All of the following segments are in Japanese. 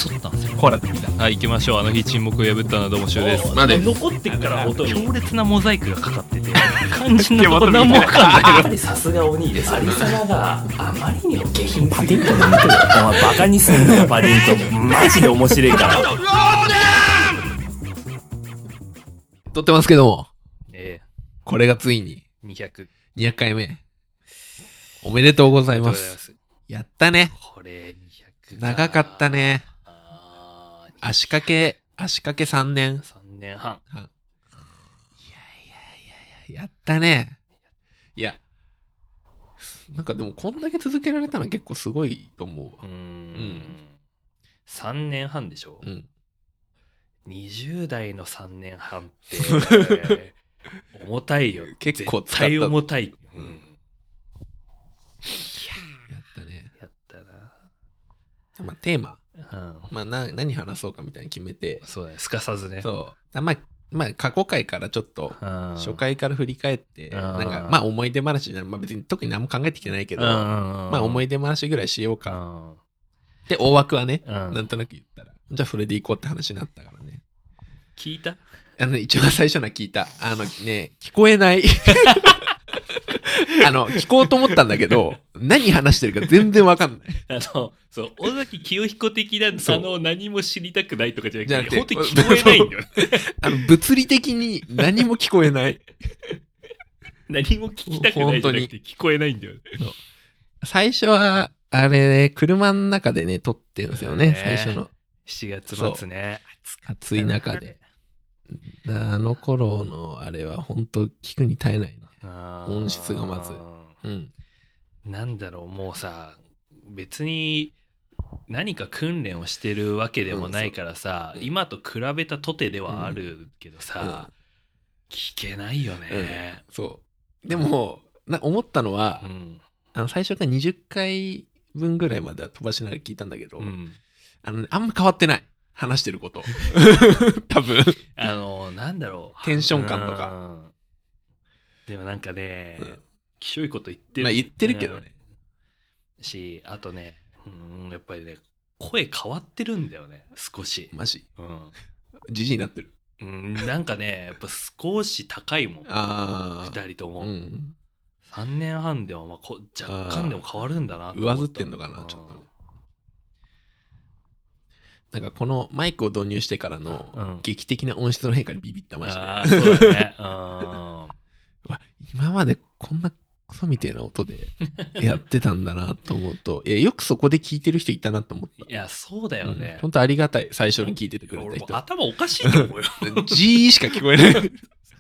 競ったんですよ。 コーラってきた。 はい、行きましょう。あの日沈黙を破ったのはどうもしゅうです。 まで残ってっから音強烈なモザイクがかかってて肝心なとこ何も分かんないやっぱりさすがお兄です。アリサナがあまりにも下品。 パディントンの見てるよ。お前バカにすんなよパディントン。マジで面白いから。 撮ってますけども、 えこれがついに 200 200回目。おめでとうございます。やったね。 これ200 長かったね。足掛け3年。 3年半。 やったね。いや、なんかでもこんだけ続けられたのは結構すごいと思うわ。 3年半でしょ。 うん。 20代の3年半って重たいよ。 結構使った。 絶対重たい。うん。 やったね。 やったな。 まあテーマ。 うん、 まあ何話そうかみたいに決めて。 そうだね。すかさずね。 そう。まあ過去回からちょっと初回から振り返って、なんかまあ思い出話じゃない、まあ別に特に何も考えてきてないけど、まあ思い出話ぐらいしようか。で大枠はね、なんとなく言ったら、じゃあそれで行こうって話になったからね。 聞いた？ 一番最初のは聞いた。ね、聞こえない。聞こうと思ったんだけど、何話してるか全然わかんない。 そう、尾崎清彦的な、何も知りたくないとかじゃなくて、本当に聞こえないんだよ。物理的に何も聞こえない。 何も聞きたくないじゃなくて聞こえないんだよ。 最初は、あれ、車の中でね、撮ってるんですよね、最初の。 7月末ね。 暑い中で。あの頃のあれは本当聞くに耐えないね。音質がまず。うん。 なんだろう、もうさ、別に何か訓練をしてるわけでもないからさ、今と比べたとてではあるけどさ、聞けないよね。 そう。でも、思ったのは、最初から20回分ぐらいまでは飛ばしながら聞いたんだけど、あんま変わってない。話してること。多分。 なんだろう。 テンション感とか。 でもなんかね、きしょいこと言ってる。 まあ言ってるけどね。 あとね、やっぱりね、声変わってるんだよね、少し。 マジ？じじいになってる。 なんかね、やっぱ少し高いもん。二人とも。3年半でも若干でも変わるんだな。 上ずってんのかな、ちょっと。なんかこのマイクを導入してからの劇的な音質の変化にビビったマジで。 そうだね。 今までこんなクソみたいな音でやってたんだなと思うと、よくそこで聞いてる人いたなと思った。 いや、そうだよね。 本当ありがたい。最初に聞いててくれた人。 頭おかしいと思うよ。 G しか聞こえない。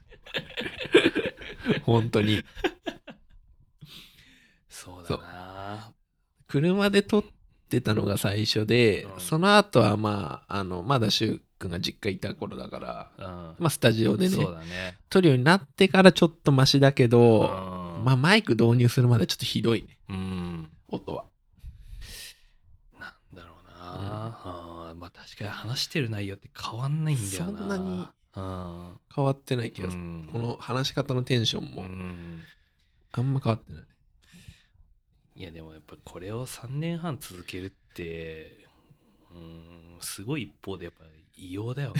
本当に。 そうだな。 車で撮ってたのが最初で、その後はまあ、まだシュウ君が実家いた頃だから、まあスタジオでね、撮るようになってからちょっとマシだけど、まあマイク導入するまでちょっとひどいね。音は。 なんだろうな。まあ確かに話してる内容って変わんないんだよな。 そんなに変わってない気がする。この話し方のテンションもあんま変わってない。 いやでもやっぱこれを3年半続けるってすごい一方でやっぱ異様だよね。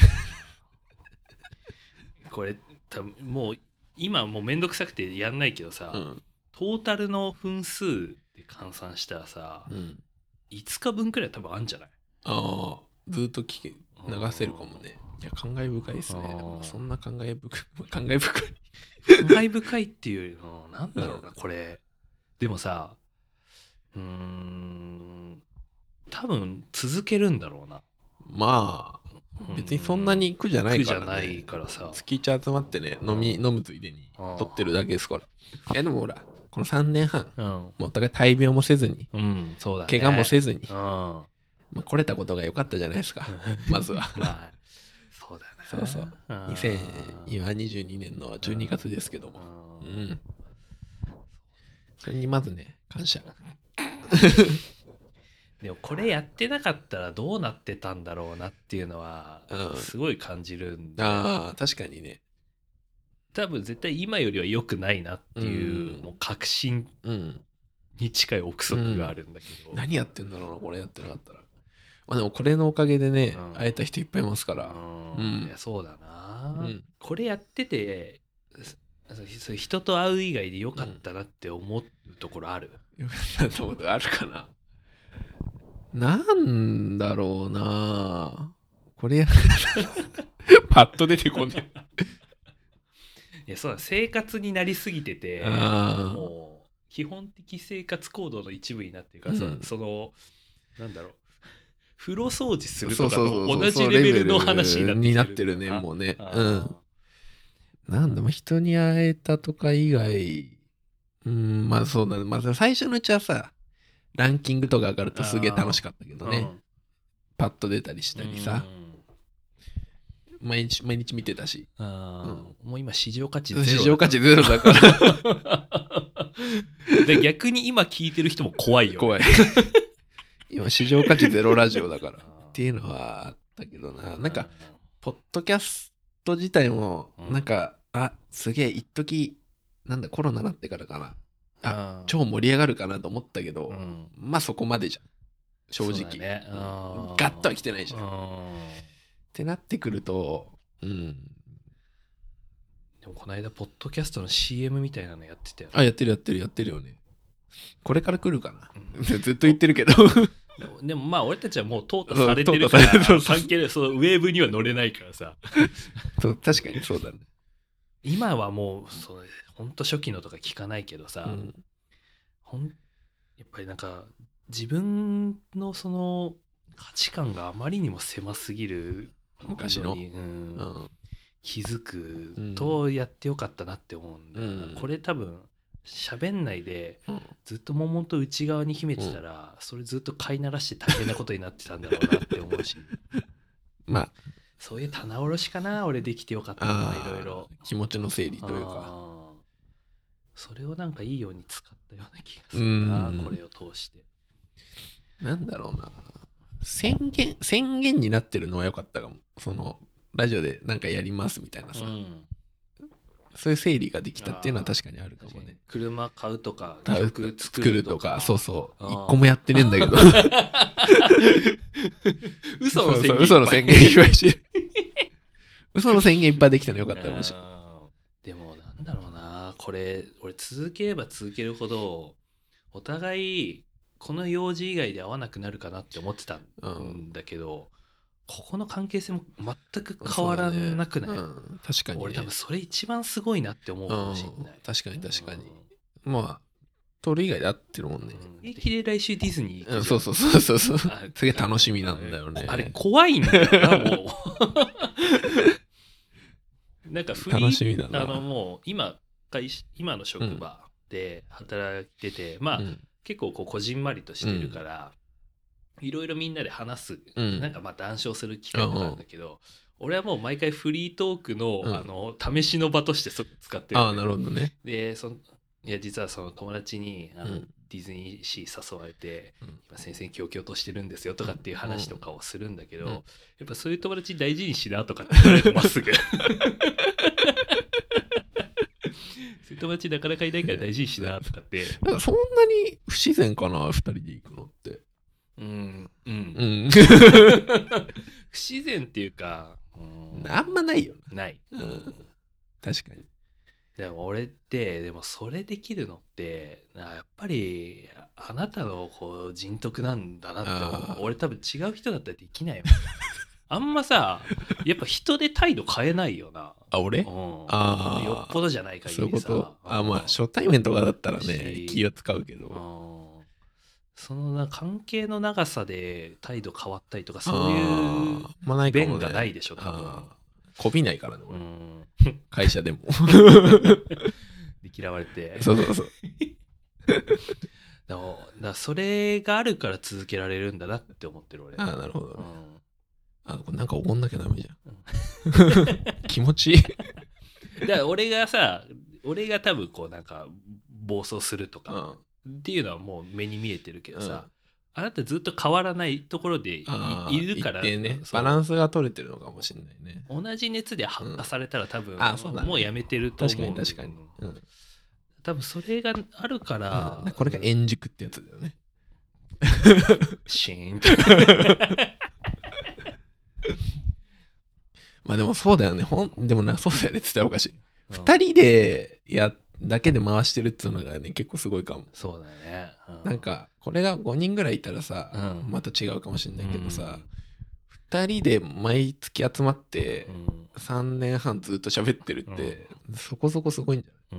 これ多分もう今もうめんどくさくてやんないけどさ、トータルの分数で換算したらさ、5日分くらい多分あるんじゃない？ ずっと流せるかもね。いや感慨深いですね。そんな感慨深いっていうよりもなんだろうな、これでもさ多分続けるんだろうな。 まあ別にそんなに苦じゃないからね。 苦じゃないからさ。 月1集まってね、飲むついでに撮ってるだけですから。でもほら、この3年半、もうお互い大病もせずに、 そうだね、 怪我もせずに、まあ、来れたことが良かったじゃないですか。まずは。 そうだね。 そう。2022年の12月ですけども。それにまずね、感謝。 でもこれやってなかったらどうなってたんだろうなっていうのはすごい感じるんで、 確かにね。 多分絶対今よりは良くないなっていう、もう確信に近い憶測があるんだけど、 何やってんだろうなこれやってなかったら。 まあ、でもこれのおかげでね、 うん会えた人いっぱいいますから。 いやそうだな、 うんこれやっててそう人と会う以外で良かったなって思うところある、 よかったとことあるかな。なんだろうな。これパッと出てこねいやそうだ生活になりすぎててえ。 もう基本的生活行動の一部になってるからさ、 うんそのなんだろう風呂掃除するとかそうそうそうと同じレベルの話になってるるね、もうね。 あーうん。なんだ、まあ、人に会えたとか以外、まあそうだね。まあ最初のうちはさ、ランキングとか上がるとすげえ楽しかったけどね。パッと出たりしたりさ。毎日見てたし。 もう今市場価値ゼロ市場価値ゼロだからで逆に今聞いてる人も怖いよ、ね、 怖い今市場価値ゼロラジオだからっていうのはあったけどな。なんかポッドキャスト自体もなんか、すげえ一時なんだコロナなってからかな、超盛り上がるかなと思ったけど、まあそこまでじゃん正直、 ね、 ガッとは来てないじゃんってなってくると、でもこの間ポッドキャストの CM みたいなのやってたよ、 やってるよね。これから来るかな、ずっと言ってるけどでもまあ俺たちはもう淘汰されてるから関係ない、そのウェーブには乗れないからさそう確かにそうだね。 今はもうそうほんと初期のとか聞かないけどさ、やっぱりなんか自分のその価値観があまりにも狭すぎる昔のに、気づくとやってよかったなって思うんだよな、これ多分喋んないでずっと悶々と内側に秘めてたら、それずっと飼いならして大変なことになってたんだろうなって思うしまあそういう棚卸しかな、俺できてよかったのはいろいろ気持ちの整理というか、 それをなんかいいように使ったような気がするな、これを通して。 なんだろうな、宣言になってるのは良かったかも。そのラジオでなんかやりますみたいなさ、そういう整理ができたっていうのは確かにあるかもね。 車買うとか曲作るとか、そうそう一個もやってねえんだけど嘘の宣言いっぱいして嘘の宣言いっぱいできたのよかったかもしれない。 でもなんだろうな、これ俺続ければ続けるほどお互いこの用事以外で会わなくなるかなって思ってたんだけど、ここの関係性も全く変わらなくない？ 確かに、ね、 俺多分それ一番すごいなって思うかもしれない。 確かにまあ撮る以外で会ってるもんね。 平気で来週ディズニー行く。 そうすげえ楽しみなんだよね。 あれ怖いんだよなもうなんか楽しみだな。 もう今の職場で働いてて、まあ、結構こうこじんまりとしてるから、いろいろみんなで話す、なんかまあ談笑する機会とかあるんだけど、俺はもう毎回フリートークの、試しの場として使ってる、 なるほどね。 でいや実はその友達にディズニーシー誘われて、今先生強々としてるんですよとかっていう話とかをするんだけど、やっぱそういう友達大事にしなとかって言われてまっすぐそういう友達なかなかいないから大事にしなとかってなんかそんなに不自然かな、2人で行くのって。 不自然っていうか、 あんまないよない、 確かに。 でも俺ってでもそれできるのってやっぱりあなたのこう人徳なんだなって思う。俺多分違う人だったらできないもんあんまさやっぱ人で態度変えないよな。 俺？ よっぽどじゃない限りさ。そういうこと。 まあ初対面とかだったらね気を使うけど、 その関係の長さで態度変わったりとかそういう弁がないでしょ多分。 こびないからね、会社でもで嫌われて。 そうだそれがあるから続けられるんだなって思ってる俺。 なるほど、なんか怒んなきゃダメじゃん、気持ちいいだから俺が多分こうなんか暴走するとかっていうのはもう目に見えてるけどさ、あなたずっと変わらないところでいるから、 ね、バランスが取れてるのかもしれないね。 同じ熱で発火されたら多分、もうやめてると思う。 確かに、 多分それがあるから、 これが円熟ってやつだよね。 シーンってまあでもそうだよね。でもそうだよねって言ったらおかしい。2人でだけで回してるっていうのがね、結構すごいかも。 そうだね。 なんか、これが5人ぐらいいたらさ、また違うかもしれないけどさ、2人で毎月集まって、3年半ずっと喋ってるって、そこそこすごいんじゃない？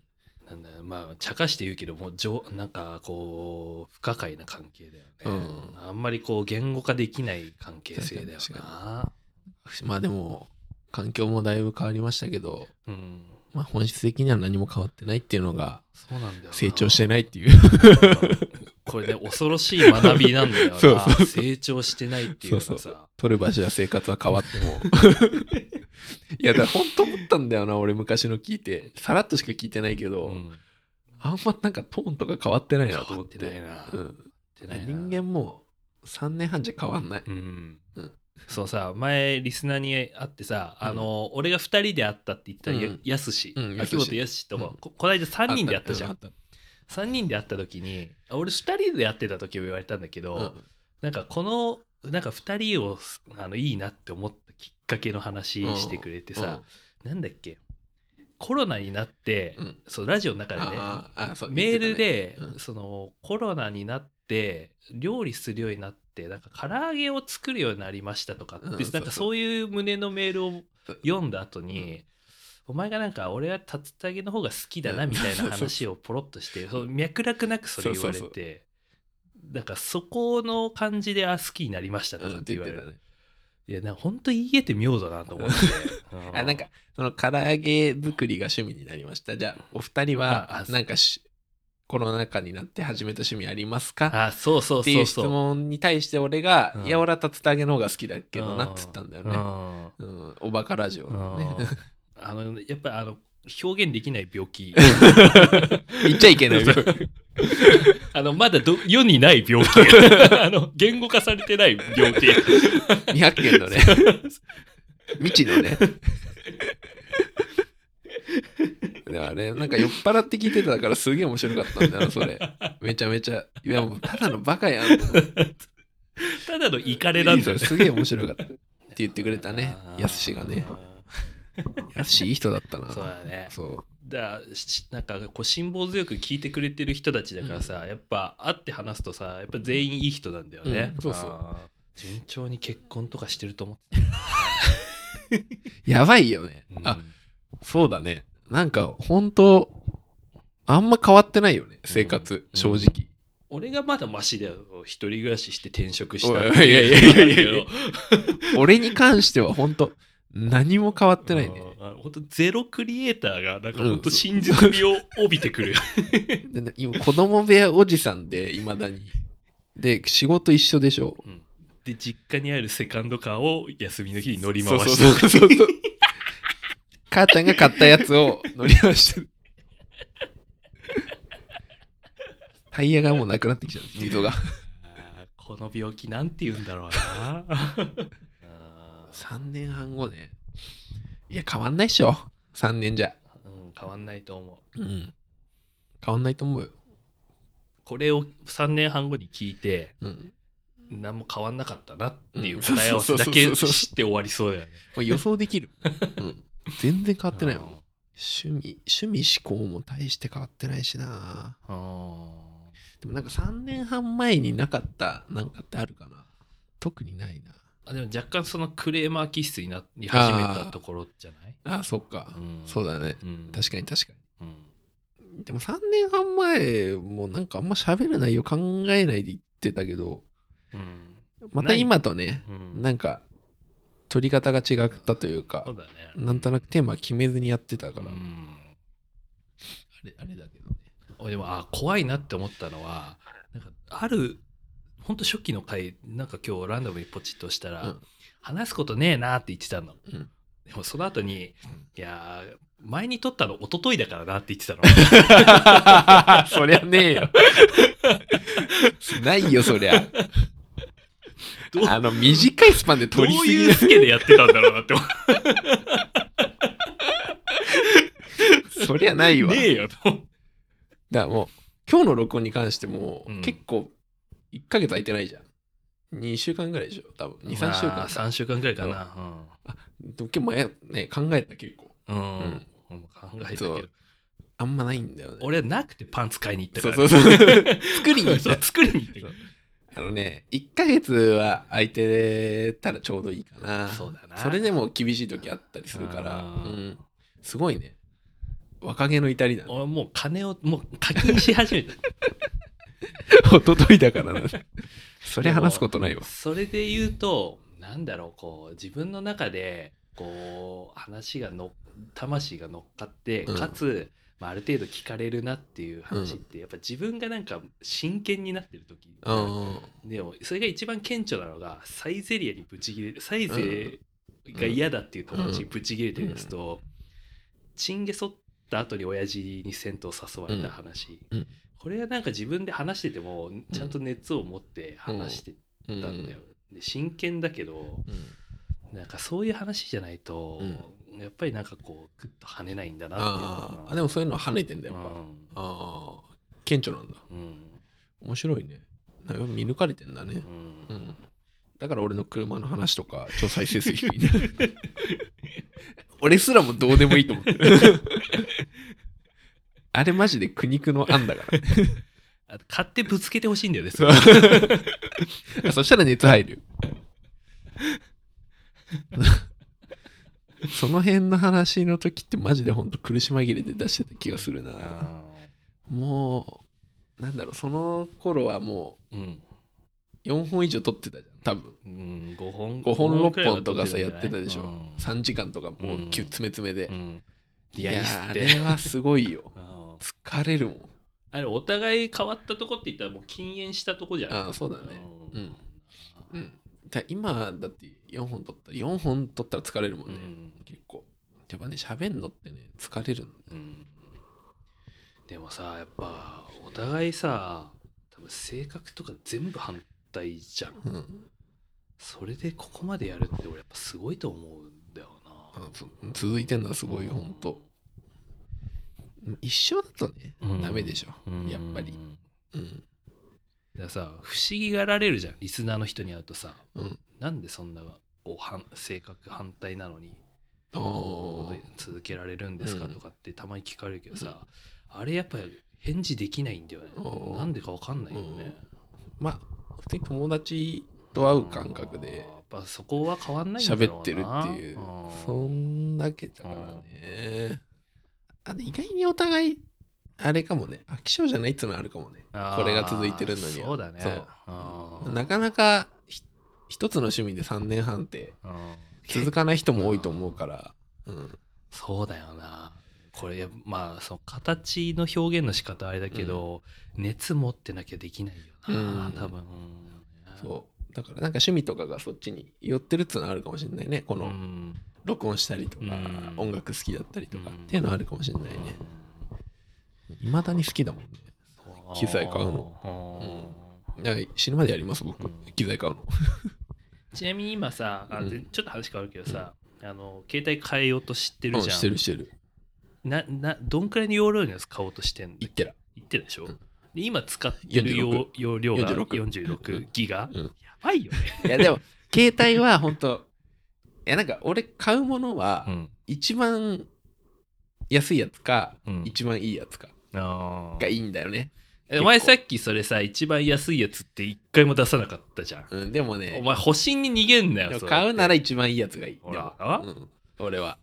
なんだまあ茶化して言うけどもなんかこう不可解な関係だよね、あんまりこう言語化できない関係性だよな。 まあでも環境もだいぶ変わりましたけど、まあ本質的には何も変わってないっていうのが成長してないっていうこれね恐ろしい学びなんだよな。そう成長してないっていうかさ、 取る場所や生活は変わってもいやだから本当思ったんだよな。俺昔の聞いてさらっとしか聞いてないけど、あんまなんかトーンとか変わってないなと思って。人間も3年半じゃ変わんない。 そうさ、前リスナーに会ってさ、俺が2人で会ったって言ったやすし、秋元やすしとこの間3人で会ったじゃん。3人で会った時に俺2人で会ってた時を言われたんだけど、なんかなんか2人をいいなって思ったきっかけの話してくれてさ、なんだっけ、コロナになって、そうラジオの中でねメールで、そのコロナになって料理するようになってなんか唐揚げを作るようになりましたとかって、なんかそういう胸のメールを読んだ後に、お前がなんか俺は竜田揚げの方が好きだなみたいな話をポロッとして、脈絡なくそれ言われて、なんかそこの感じで好きになりましたとかって言われる。いやなんか本当言えて妙だなと思ってなんかその唐揚げ作りが趣味になりました。じゃあお二人はなんかコロナ禍になって始めた趣味ありますか？ そうっていう質問に対して俺が、いや俺は竜田揚げの方が好きだけどなっつったんだよね。おバカラジオのね。 やっぱり表現できない病気言っちゃいけない病気まだ世にない病気言語化されてない病気 200件のね未知のねあれなんか酔っ払って聞いてたからすげえ面白かったんだよなそれ。めちゃめちゃいやもうただのバカやんただのイカレなんだよね。 すげえ面白かったって言ってくれたね、やすしがね。やすしいい人だったな。 そうだね。 そうなんかこう辛抱強く聞いてくれてる人たちだからさ、やっぱ会って話すとさやっぱ全員いい人なんだよね。 そうそう順調に結婚とかしてると思ってやばいよね。そうだね。なんか本当あんま変わってないよね生活、正直。 俺がまだマシだよ。一人暮らしして転職した。 いや俺に関しては本当何も変わってないね。 本当ゼロクリエイターがなんか本当真実味を帯びてくる。 今子供部屋おじさんでいまだに。で仕事一緒でしょ。 で実家にあるセカンドカーを休みの日に乗り回してる。 そう母ちゃんが買ったやつを乗り回してる。タイヤがもうなくなってきちゃう、溝が。 この病気なんて言うんだろうな。 3年半後ね。いや変わんないっしょ3年じゃ。 変わんないと思う。変わんないと思うよ。 これを3年半後に聞いて、何も変わんなかったなっていう答え合わせだけ知って終わりそうだよね。 予想できる。全然変わってないもん。趣味思考も大して変わってないしな。でもなんか3年半前になかったなんかってあるかな。特にないな。 でも若干そのクレーマー気質になり始めたところじゃない？ そっか、そうだね、確かに、でも3年半前もなんかあんま喋る内容考えないで言ってたけど、また今とね、なんか取り方が違ったというか、なんとなくテーマ決めずにやってたから、あれだけどね。 でも怖いなって思ったのは、なんかあるほんと初期の回なんか今日ランダムにポチッとしたら、話すことねえなって言ってたの、でもその後に、いや前に撮ったの一昨日だからなって言ってたの。そりゃねえよ。ないよそりゃ。短いスパンで撮りすぎ。 どういうスケでやってたんだろうなって思う。そりゃないわ。 ねえよと。 だからもう今日の録音に関しても、結構 1ヶ月空いてないじゃん。2週間ぐらいでしょ多分。2、3週間。 3週間ぐらいかな。 あ、でも結構ね、考えた結構。 考えたけど。 あんまないんだよね。 俺はなくてパンツ買いに行ったから。 そう。作りに行った。 作りに行った。 1ヶ月は空いてたらちょうどいいかな。 そうだな。 それでも厳しい時あったりするから、すごいね。若気の至りだね。 俺もう金をもう課金し始めた。 一昨日だからな。それ話すことないわ。 それで言うと、なんだろう、こう自分の中でこう魂が乗っかって、かつ、ある程度聞かれるなっていう話って、やっぱ自分がなんか真剣になってる時、でもそれが一番顕著なのがサイゼリアにブチギレる、サイゼが嫌だっていう友達にブチギレてるやつと、チンゲソった後に親父に銭湯誘われた話、これはなんか自分で話しててもちゃんと熱を持って話してたんだよ。で真剣だけど、なんかそういう話じゃないと、やっぱりなんかこうグッと跳ねないんだなっていう。 でもそういうのは跳ねてんだよ、やっぱ。顕著なんだ。面白いね。見抜かれてんだね。だから俺の車の話とか超再生数低いね。俺すらもどうでもいいと思ってる。あれマジで苦肉の案だから。 買ってぶつけてほしいんだよね。 そしたら熱入る。その辺の話の時ってマジでほんと苦し紛れで出してた気がするな。もうなんだろう、その頃はもう4本以上撮ってたじゃん多分。5本6本とかさやってたでしょ。3時間とかもう詰め詰めで。いやあれはすごいよ。疲れるもん。 あれお互い変わったとこって言ったらもう禁煙したとこじゃん。 そうだね。今だって4本撮ったら疲れるもんね。結構やっぱね、喋んのってね疲れるんだよ。 でもさ、やっぱお互いさ、多分性格とか全部反対じゃん。それでここまでやるって俺やっぱすごいと思うんだよな。 続いてんのはすごい、ほんと。一緒だとね、ダメでしょ、やっぱり。だからさ、不思議がられるじゃん、リスナーの人に会うとさ、なんでそんなこう性格反対なのに続けられるんですかとかってたまに聞かれるけどさ、あれやっぱり返事できないんだよね。なんでかわかんないよね。まあ普通に友達と会う感覚でやっぱそこは変わんないんだろうな、喋ってるっていう、そんだけだからね。意外にお互いあれかもね、飽き性じゃないっていうのはあるかもね、これが続いてるのには。そうだね。そうなかなか一つの趣味で3年半って続かない人も多いと思うから、そうだよな。これまあその形の表現の仕方はあれだけど、熱持ってなきゃできないよな、多分。そうだからなんか趣味とかがそっちに寄ってるっていうのはあるかもしれないね。この録音したりとか、音楽好きだったりとかっていうのはあるかもしれないね。未だに好きだもんね、機材買うの。死ぬまでやります僕、機材買うの。ちなみに今さ、ちょっと話変わるけどさ、携帯変えようとしてるじゃん。してる。どんくらいの容量のやつ買おうとしてんの？1テラでしょ。で今使ってる容量が46ギガ。やばいよね。いやでも携帯は本当、なんか俺買うものは一番安いやつか一番いいやつかがいいんだよね。お前さっきそれさ、一番安いやつって一回も出さなかったじゃん。でもね、お前保身に逃げんなよ。買うなら一番いいやつがいい。俺は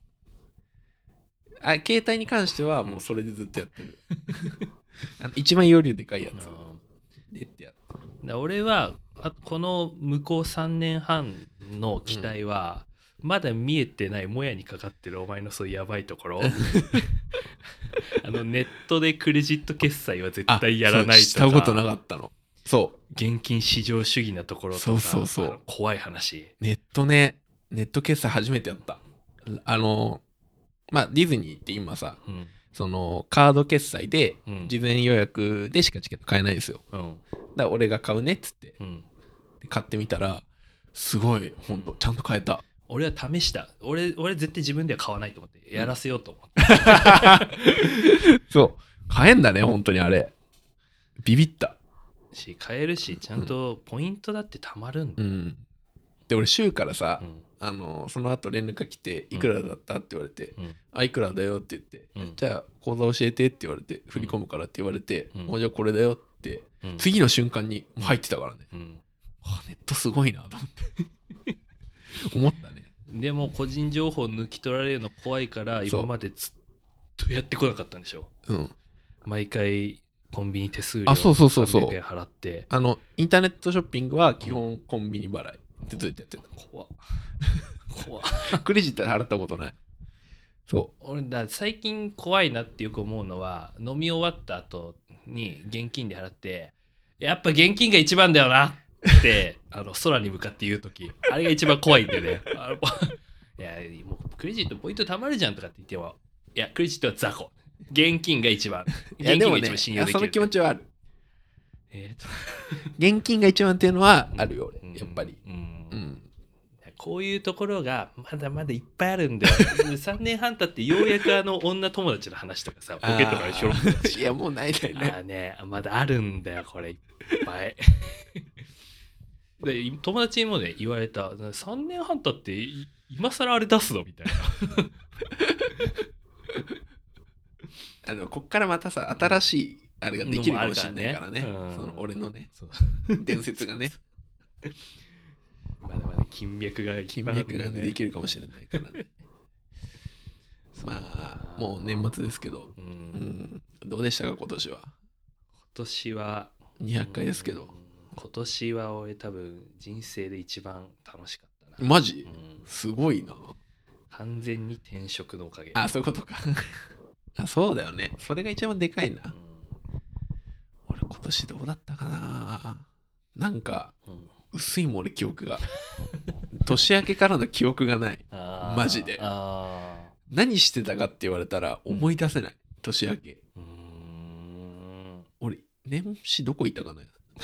携帯に関してはもうそれでずっとやってる。一番容量でかいやつでってやる。俺はこの向こう3年半の期待は、まだ見えてないもやにかかってるお前のそういうやばいところ。ネットでクレジット決済は絶対やらないとか。したことなかったの。そう現金至上主義なところとか、そう怖い話。ネット決済初めてやった。まあディズニーって今さ、そのカード決済で事前予約でしかチケット買えないんですよ。だから俺が買うねっつって、買ってみたらすごいほんとちゃんと買えた。俺は試した。俺絶対自分では買わないと思ってやらせようと思って、そう買えんだね本当にあれ。ビビった。 し買えるしちゃんとポイントだってたまるんだよ、 で俺週からさ、その後連絡が来ていくらだったって言われて、いくらだよって言って、じゃあ口座教えてって言われて振り込むからって言われて、じゃあこれだよって、次の瞬間に入ってたからね、ネットすごいなと思って思ったね。 でも個人情報抜き取られるの怖いから今までずっとやってこなかったんでしょ。毎回コンビニ手数料300円払って、 インターネットショッピングは基本コンビニ払いってずっとやってた。 怖クレジットで払ったことない。 俺最近怖いなってよく思うのは、飲み終わった後に現金で払ってやっぱ現金が一番だよなって空に向かって言うとき、あれが一番怖いんでねいやもうクレジットポイント貯まるじゃんとかって言っても、いやクレジットは雑魚、現金が一番、現金が一番信用できる。 その気持ちはある。現金が一番っていうのはあるよ、俺やっぱり。 こういうところがまだまだいっぱいあるんだよ。3年半経ってようやく女友達の話とかさ、ポケットからひょろっと。 いやもうないね。まだあるんだよこれいっぱい。で友達にもね言われた、3年半経って今更あれ出すのみたいな。こっからまたさ新しいあれができるかもしれないからね。その俺のね伝説がね。 まだまだ金脈ができるかもしれないからね。まあもう年末ですけど、どうでしたか今年は。 今年は 200回ですけど、 今年は俺多分人生で一番楽しかったな。 マジ、すごいな。 完全に転職のおかげ。 そういうことかそうだよね、それが一番でかいな。俺今年どうだったかな。なんか、薄いもん俺記憶が年明けからの記憶がない。マジで何してたかって言われたら思い出せない。年明け俺年始どこいたかな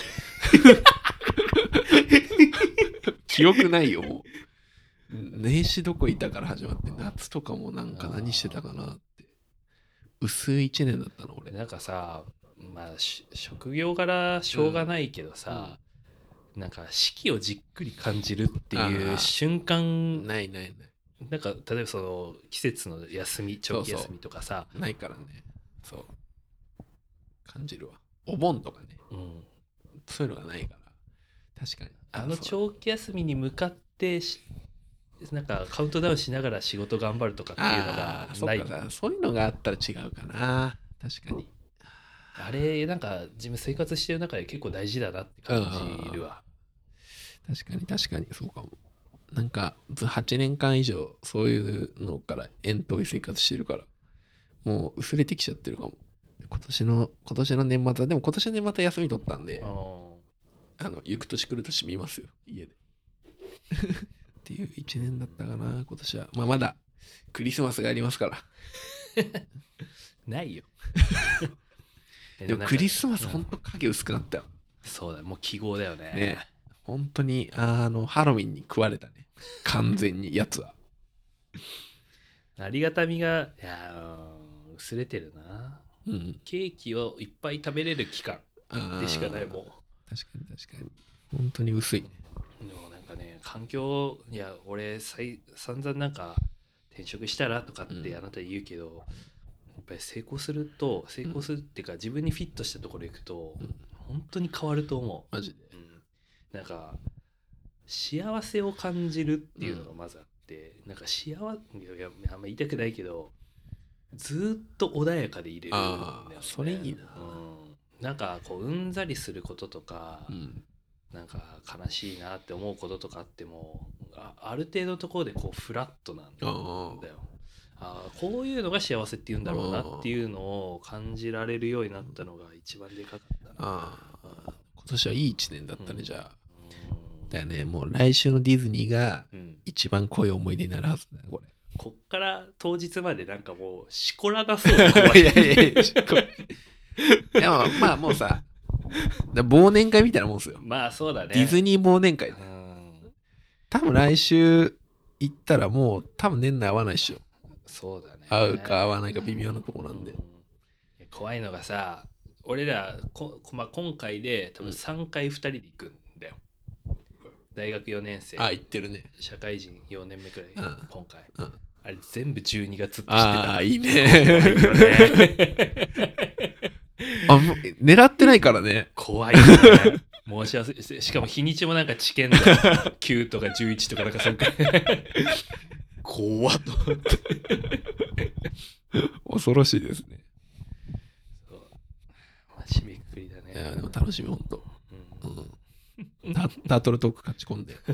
記憶ないよもう。年始どこいたから始まって、夏とかもなんか何してたかなって。薄い1年だったの俺。 なんかさ、まあ職業柄しょうがないけどさ、なんか四季をじっくり感じるっていう瞬間ないなんか例えばその季節の休み長期休みとかさ、 ないからね。そう感じるわ。お盆とかね、そういうのがないから。確かに長期休みに向かってなんかカウントダウンしながら仕事頑張るとかっていうのがない。 そういうのがあったら違うかな。確かにあれなんか自分生活してる中で結構大事だなって感じるわ。 確かにそうかも。なんか8年間以上そういうのから遠遠い生活してるからもう薄れてきちゃってるかも。今年の年末はでも今年の年末は休み取ったんで、行く年来る年見ますよ家でっていう1年だったかな今年は。まだクリスマスがありますからないよでもクリスマスほんと影薄くなったよ。 そうだ、もう記号だよね。 本当にハロウィンに食われたね完全にやつは。 ありがたみが薄れてるな。ケーキをいっぱい食べれる期間でしかないもん。 確かに本当に薄い。でもなんかね、環境俺散々なんか転職したらとかってあなた言うけど、やっぱり成功するっていうか自分にフィットしたところ行くと、本当に変わると思う。 マジで。 なんか幸せを感じるっていうのがまずあって、なんかあんま言いたくないけどずっと穏やかでいれるんだよね。 それいいな。 なんかこううんざりすることとか、なんか悲しいなって思うこととかあっても、ある程度のところでこうフラットなんだよ。こういうのが幸せっていうんだろうなっていうのを感じられるようになったのが一番でかかったな。 今年はいい1年だったね、じゃあ。だよね、もう来週のディズニーが一番濃い思い出になるはずだよこれ。 こっから当日までなんかもうしこらなそうな怖い。いやまあもうさ忘年会みたいなもんですよ。 まあそうだね。 ディズニー忘年会、多分来週行ったらもう多分年内会わないっしょ。 そうだね。 会うか会わないか微妙なとこなんで。 怖いのがさ、 俺らまあ、今回で多分3回2人で行くんだよ、大学4年生、 言ってるね。 社会人4年目くらい、今回、あれ全部12月って知ってた。 いいね。狙ってないからね。 怖いよね。申し訳ない。しかも日にちもなんか知見だ9とか11とかなんかそんか怖っと思って恐ろしいですね。 そう、まあ、締めくくりだね。 いやでも楽しみほんと、タートルトーク勝ち込んで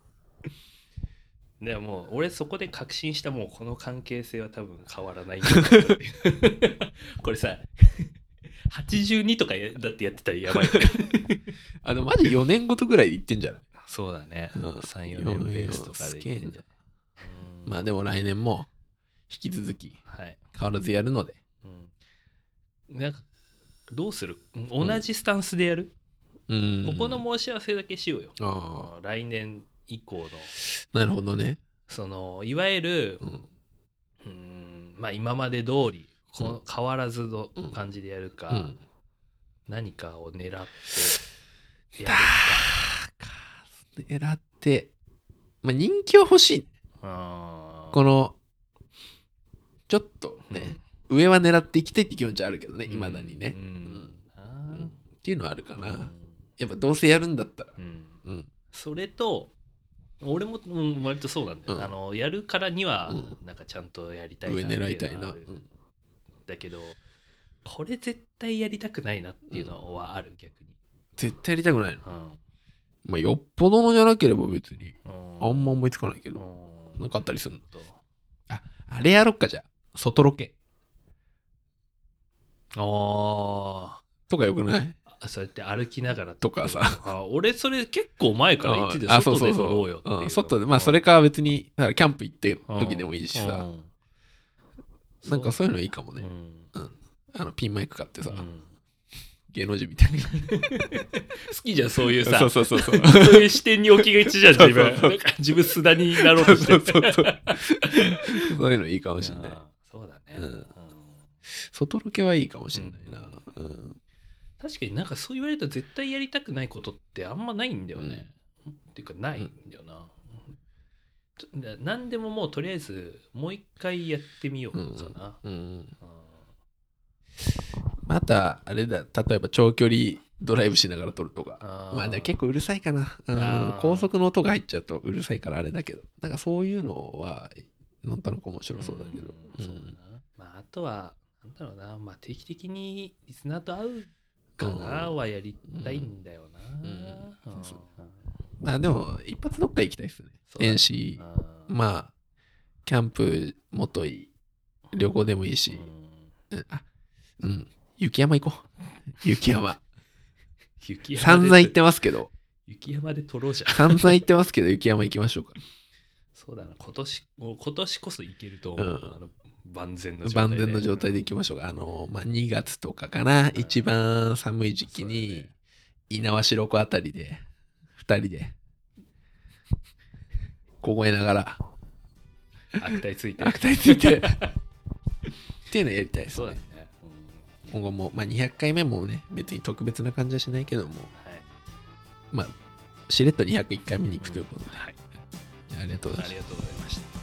でもう俺そこで確信した、もうこの関係性は多分変わらないこれさ82とかだってやってたらやばいでもマジ4年ごとぐらいで言ってんじゃない？ そうだね、3、4年ベースとかで言ってんじゃない。 まあでも来年も引き続き変わらずやるので、 なんかどうする？同じスタンスでやる？ここの申し合わせだけしようよ。来年以降の。 なるほどね。 そのいわゆる、まあ今まで通り変わらずの感じでやるか、何かを狙ってやるか。 狙って、まあ人気は欲しい。このちょっとね、上は狙っていきたいって気持ちはあるけどね、いまだにね、っていうのはあるかな。やっぱどうせやるんだったら、 それと俺も、割とそうなんだよ、やるからにはなんかちゃんとやりたいなっていうのがある、 上狙いたいな、 だけどこれ絶対やりたくないなっていうのはある、逆に絶対やりたくないの、まあよっぽどのじゃなければ別にあんま思いつかないけど、なんかあったりするの？あれやろっか、じゃあ外ロケとかよくない？ そうやって歩きながらとかさ、 俺それ結構前から言ってて、外で撮ろうよっていう。 外で、まあそれか別にだからキャンプ行って時でもいいしさ、なんかそういうのいいかもね。ピンマイク買ってさ、芸能人みたいな好きじゃん、そういうさ、 そうそういう視点に置きがちじゃん、自分。なんか自分素田になろうとしてる。 そういうのいいかもしれない。 そうだね。 外ロケはいいかもしれないな。 確かになんかそう言われると絶対やりたくないことってあんまないんだよね。っていうかないんだよな。何でももうとりあえずもう一回やってみようかな。 またあれだ、例えば長距離ドライブしながら撮るとか、まあでも結構うるさいかな。高速の音が入っちゃうとうるさいからあれだけど、なんかそういうのはなんとなく面白そうだけど。 まああとはなんだろうな、まあ定期的にリスナーと会うかなはやりたいんだよな。 まあでも一発どっか行きたいですね。遠視、まあキャンプもといい、旅行でもいいし、雪山行こう。雪山散々行ってますけど、 雪山で撮ろうじゃん。 散々行ってますけど雪山行きましょうか。 そうだな、今年こそ行けると思う。万全の状態で行きましょうか。まあ、2月とかかな、一番寒い時期に猪苗代湖あたりで2人で凍えながら悪態ついてっていうのやりたいですね。 そうだね。 今後も、まあ、200回目もね別に特別な感じはしないけども、まあしれっと201回目に行くということで、ありがとうございました。